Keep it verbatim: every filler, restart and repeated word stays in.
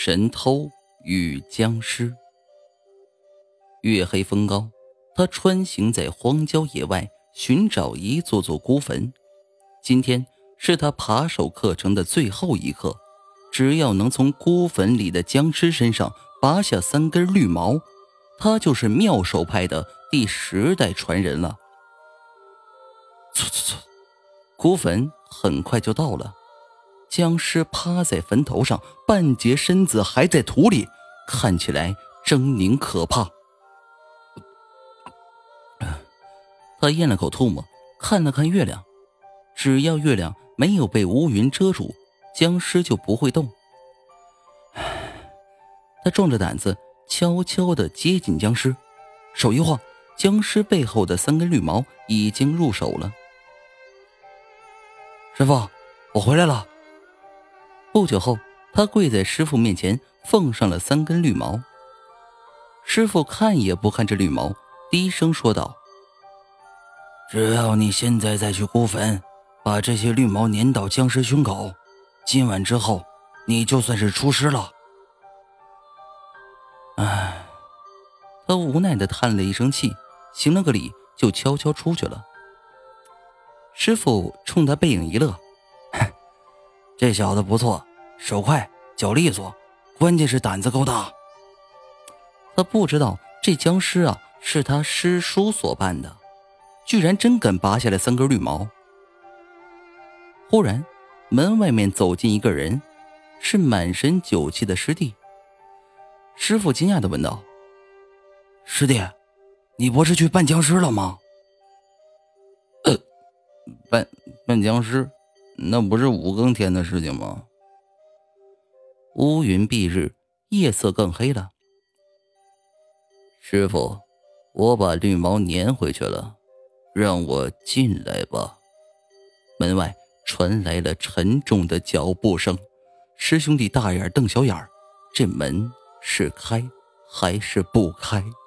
神偷与僵尸。月黑风高，他穿行在荒郊野外，寻找一座座孤坟。今天是他扒手课程的最后一课，只要能从孤坟里的僵尸身上拔下三根绿毛，他就是妙手派的第十代传人了。嗖嗖嗖，孤坟很快就到了。僵尸趴在坟头上，半截身子还在土里，看起来狰狞可怕。他咽了口唾沫，看了看月亮，只要月亮没有被乌云遮住，僵尸就不会动。他壮着胆子悄悄地接近僵尸，手一晃，僵尸背后的三根绿毛已经入手了。师傅，我回来了。不久后，他跪在师傅面前，奉上了三根绿毛。师傅看也不看这绿毛，低声说道：只要你现在再去孤坟，把这些绿毛粘到僵尸胸口，今晚之后你就算是出师了。唉，他无奈地叹了一声气，行了个礼，就悄悄出去了。师傅冲他背影一乐：这小子不错，手快脚利索，关键是胆子够大。他不知道这僵尸啊是他师叔所扮的，居然真敢拔下来三根绿毛。忽然门外面走进一个人，是满身酒气的师弟。师父惊讶地问道：师弟，你不是去扮僵尸了吗？呃，扮扮僵尸那不是五更天的事情吗？乌云蔽日，夜色更黑了。师父，我把绿毛粘回去了，让我进来吧。门外传来了沉重的脚步声，师兄弟大眼瞪小眼，这门是开还是不开？